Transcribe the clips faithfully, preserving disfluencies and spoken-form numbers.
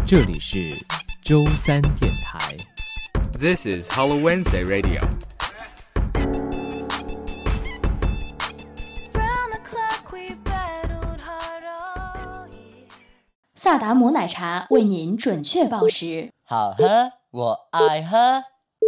这里是周三电台。 This is Hello Wednesday Radio. 萨达姆奶茶为您准确报时。 好喝，我爱喝。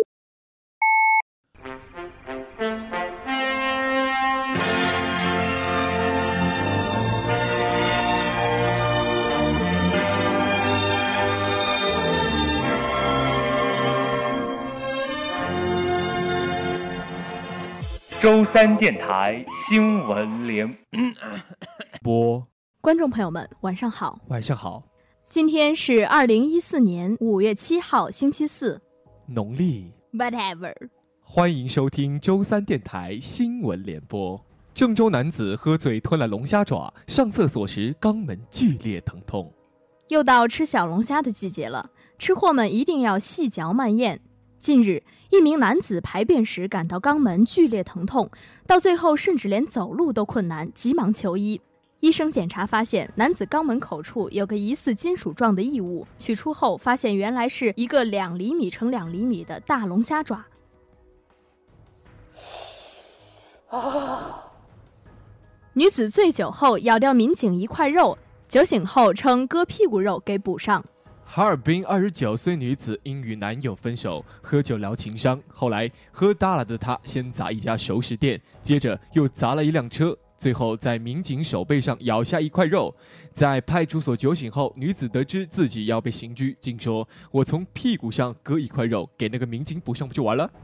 周三电台新闻联播。 观众朋友们，晚上好。 晚上好。 今天是二零一四年五月七号，星期四， 农历 whatever。 欢迎收听周三电台新闻联播。郑州男子喝醉吞了龙虾爪，上厕所时肛门剧烈疼痛。 又到吃小龙虾的季节了，吃货们一定要细嚼慢咽。近日，一名男子排便时感到肛门剧烈疼痛，到最后甚至连走路都困难，急忙求医。医生检查发现，男子肛门口处有个疑似金属状的异物，取出后发现原来是一个两厘米乘两厘米的大龙虾爪。啊！女子醉酒后咬掉民警一块肉，酒醒后称割屁股肉给补上。 哈尔滨二十九岁女子因与男友分手，喝酒聊情伤，后来喝大了的她先砸一家熟食店，接着又砸了一辆车，最后在民警手背上咬下一块肉。在派出所酒醒后，女子得知自己要被刑拘，竟说：“我从屁股上割一块肉给那个民警补上不就完了？”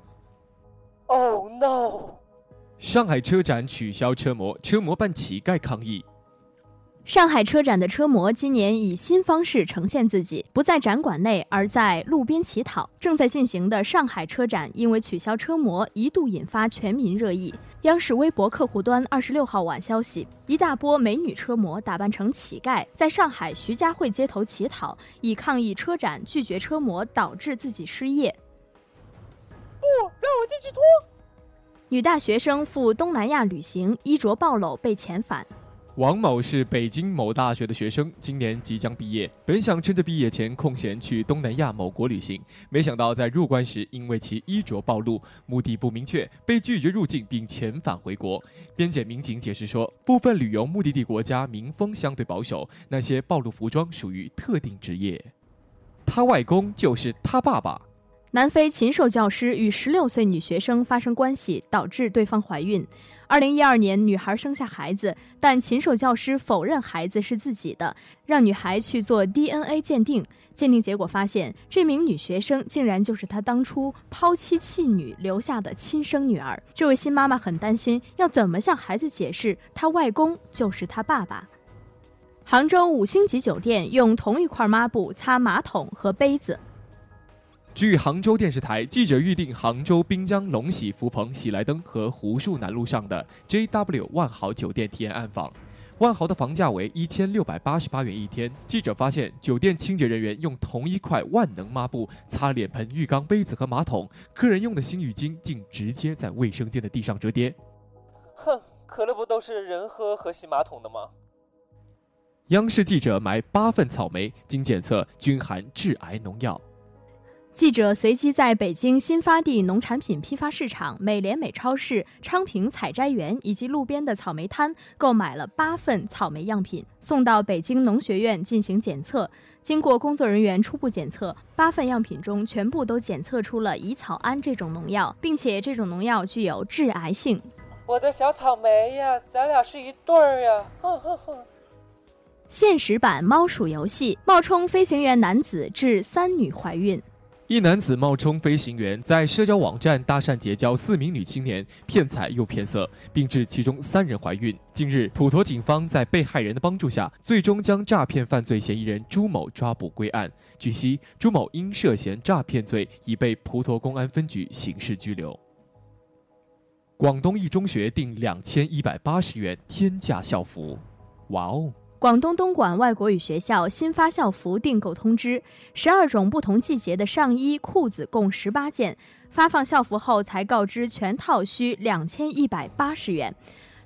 Oh no！ 上海车展取消车模，车模扮乞丐抗议。 上海车展的车模今年以新方式呈现自己，不在展馆内，而在路边乞讨。正在进行的上海车展因为取消车模，一度引发全民热议。央视微博客户端二十六号晚消息，一大波美女车模打扮成乞丐，在上海徐家汇街头乞讨，以抗议车展拒绝车模导致自己失业。 不，让我进去脱。 女大学生赴东南亚旅行，衣着暴露被遣返。 王某是北京某大学的学生，今年即将毕业，本想趁着毕业前空闲去东南亚某国旅行，没想到在入关时因为其衣着暴露，目的不明确，被拒绝入境并遣返回国。边检民警解释说，部分旅游目的地国家民风相对保守，那些暴露服装属于特定职业。他外公就是他爸爸。 南非禽兽教师与十六岁女学生发生关系，导致对方怀孕。二零一二年，女孩生下孩子，但禽兽教师否认孩子是自己的，让女孩去做 D N A 鉴定。鉴定结果发现，这名女学生竟然就是她当初抛妻弃女留下的亲生女儿。这位新妈妈很担心，要怎么向孩子解释她外公就是她爸爸。杭州五星级酒店用同一块抹布擦马桶和杯子。 据杭州电视台，记者预定杭州滨江龙喜福朋喜来登和湖树南路上的 J W 万豪酒店体验暗访。万豪的房价为一千六百八十八元一天。记者发现，酒店清洁人员用同一块万能抹布擦脸盆、浴缸、杯子和马桶，客人用的新浴巾竟直接在卫生间的地上折叠。 哼，可乐不都是人喝和洗马桶的吗？ 央视记者买八份草莓，经检测均含致癌农药。 记者随机在北京新发地农产品批发市场、美廉美超市、昌平采摘园以及路边的草莓摊购买了八份草莓样品，送到北京农学院进行检测。经过工作人员初步检测，八份样品中全部都检测出了乙草胺这种农药，并且这种农药具有致癌性。 我的小草莓呀，咱俩是一对儿呀！哼哼哼。 现实版猫鼠游戏，冒充飞行员男子致三女怀孕。 一男子冒充飞行员，在社交网站搭讪结交四名女青年，骗财又骗色，并致其中三人怀孕。近日，普陀警方在被害人的帮助下，最终将诈骗犯罪嫌疑人朱某抓捕归案。据悉，朱某因涉嫌诈骗罪，已被普陀公安分局刑事拘留。广东一中学定两千一百八十元天价校服，哇哦！ 广东东莞外国语学校新发校服订购通知，十二种不同季节的上衣、裤子共十八件，发放校服后才告知全套需两千一百八十元。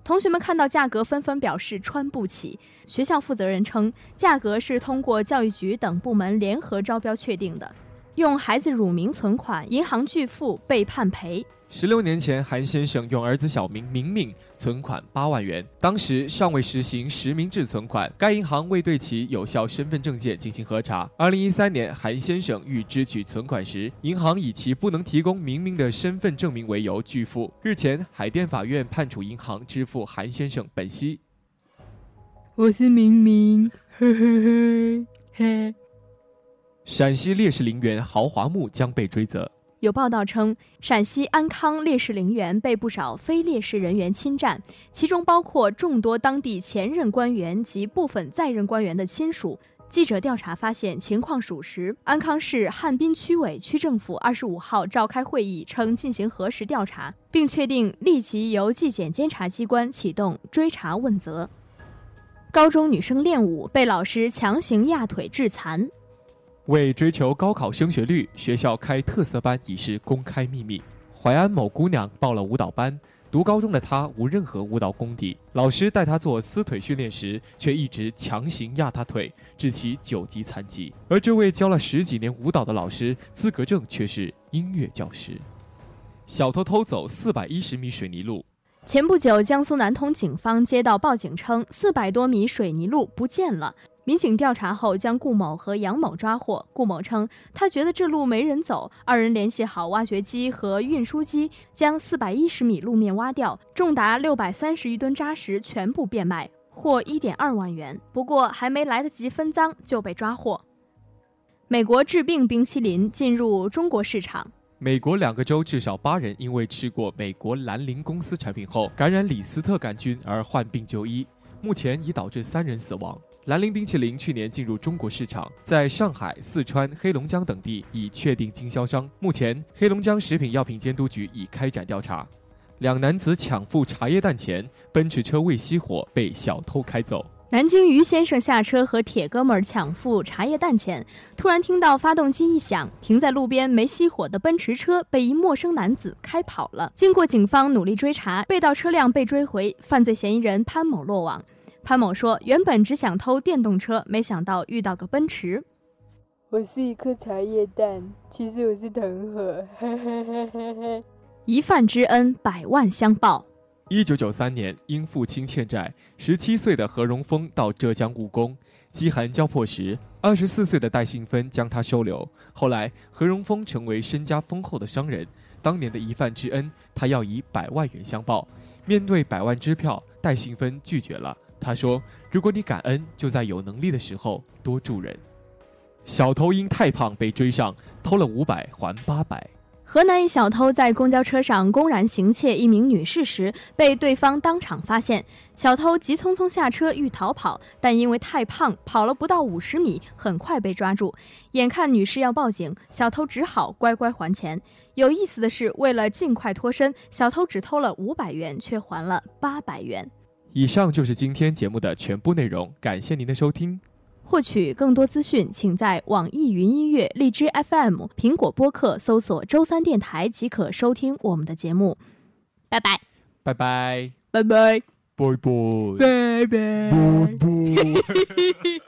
同学们看到价格纷纷表示穿不起。学校负责人称，价格是通过教育局等部门联合招标确定的。用孩子乳名存款，银行拒付被判赔。 十六年前，韩先生用儿子小名明明存款八万元，当时尚未实行实名制存款，该银行未对其有效身份证件进行核查。二零一三年，韩先生欲支取存款时，银行以其不能提供明明的身份证明为由拒付。日前，海淀法院判处银行支付韩先生本息。 我是明明，呵呵呵嘿。 陕西烈士陵园豪华墓将被追责。 有报道称，陕西安康烈士陵园被不少非烈士人员侵占，其中包括众多当地前任官员及部分在任官员的亲属。记者调查发现，情况属实。安康市汉滨区委区政府二十五号召开会议，称进行核实调查，并确定立即由纪检监察机关启动追查问责。高中女生练舞被老师强行压腿致残。 为追求高考升学率，学校开特色班已是公开秘密。淮安某姑娘报了舞蹈班，读高中的她无任何舞蹈功底，老师带她做撕腿训练时，却一直强行压她腿，致其九级残疾。而这位教了十几年舞蹈的老师，资格证却是音乐教师。小偷偷走四百一十米水泥路。 前不久，江苏南通警方接到报警称，四百多米水泥路不见了。民警调查后将顾某和杨某抓获。顾某称，他觉得这路没人走，二人联系好挖掘机和运输机，将四百一十米路面挖掉，重达六百三十余吨渣石全部变卖，获一点二万元。不过还没来得及分赃就被抓获。美国治病冰淇淋进入中国市场。 美国两个州至少八人因为吃过美国兰陵公司产品后感染李斯特杆菌而患病就医，目前已导致三人死亡。兰陵冰淇淋去年进入中国市场，在上海、四川、黑龙江等地已确定经销商。目前，黑龙江食品药品监督局已开展调查。两男子抢赴茶叶蛋前，奔驰车未熄火被小偷开走。 南京于先生下车和铁哥们抢赴茶叶蛋前，突然听到发动机一响，停在路边没熄火的奔驰车被一陌生男子开跑了。经过警方努力追查，被盗车辆被追回，犯罪嫌疑人潘某落网。潘某说，原本只想偷电动车，没想到遇到个奔驰。 我是一颗茶叶蛋，其实我是藤盒。 一饭之恩，百万相报。 一九九三年，因父亲欠债，十七岁的何荣峰到浙江务工。饥寒交迫时，二十四岁的戴信芬将他收留。后来，何荣峰成为身家丰厚的商人。当年的一饭之恩，他要以百万元相报。面对百万支票，戴信芬拒绝了。他说，如果你感恩，就在有能力的时候多助人。小偷因太胖被追上，偷了五百还八百。 河南一小偷在公交车上公然行窃一名女士时，被对方当场发现。小偷急匆匆下车欲逃跑，但因为太胖，跑了不到五十米，很快被抓住。眼看女士要报警，小偷只好乖乖还钱。有意思的是，为了尽快脱身，小偷只偷了五百元，却还了八百元。 以上就是今天节目的全部内容，感谢您的收听。 获取更多资讯，请在网易云音乐、荔枝 F M、苹果播客搜索“周三电台”即可收听我们的节目。拜拜， 拜拜， 拜拜， 拜拜， 拜拜，拜拜。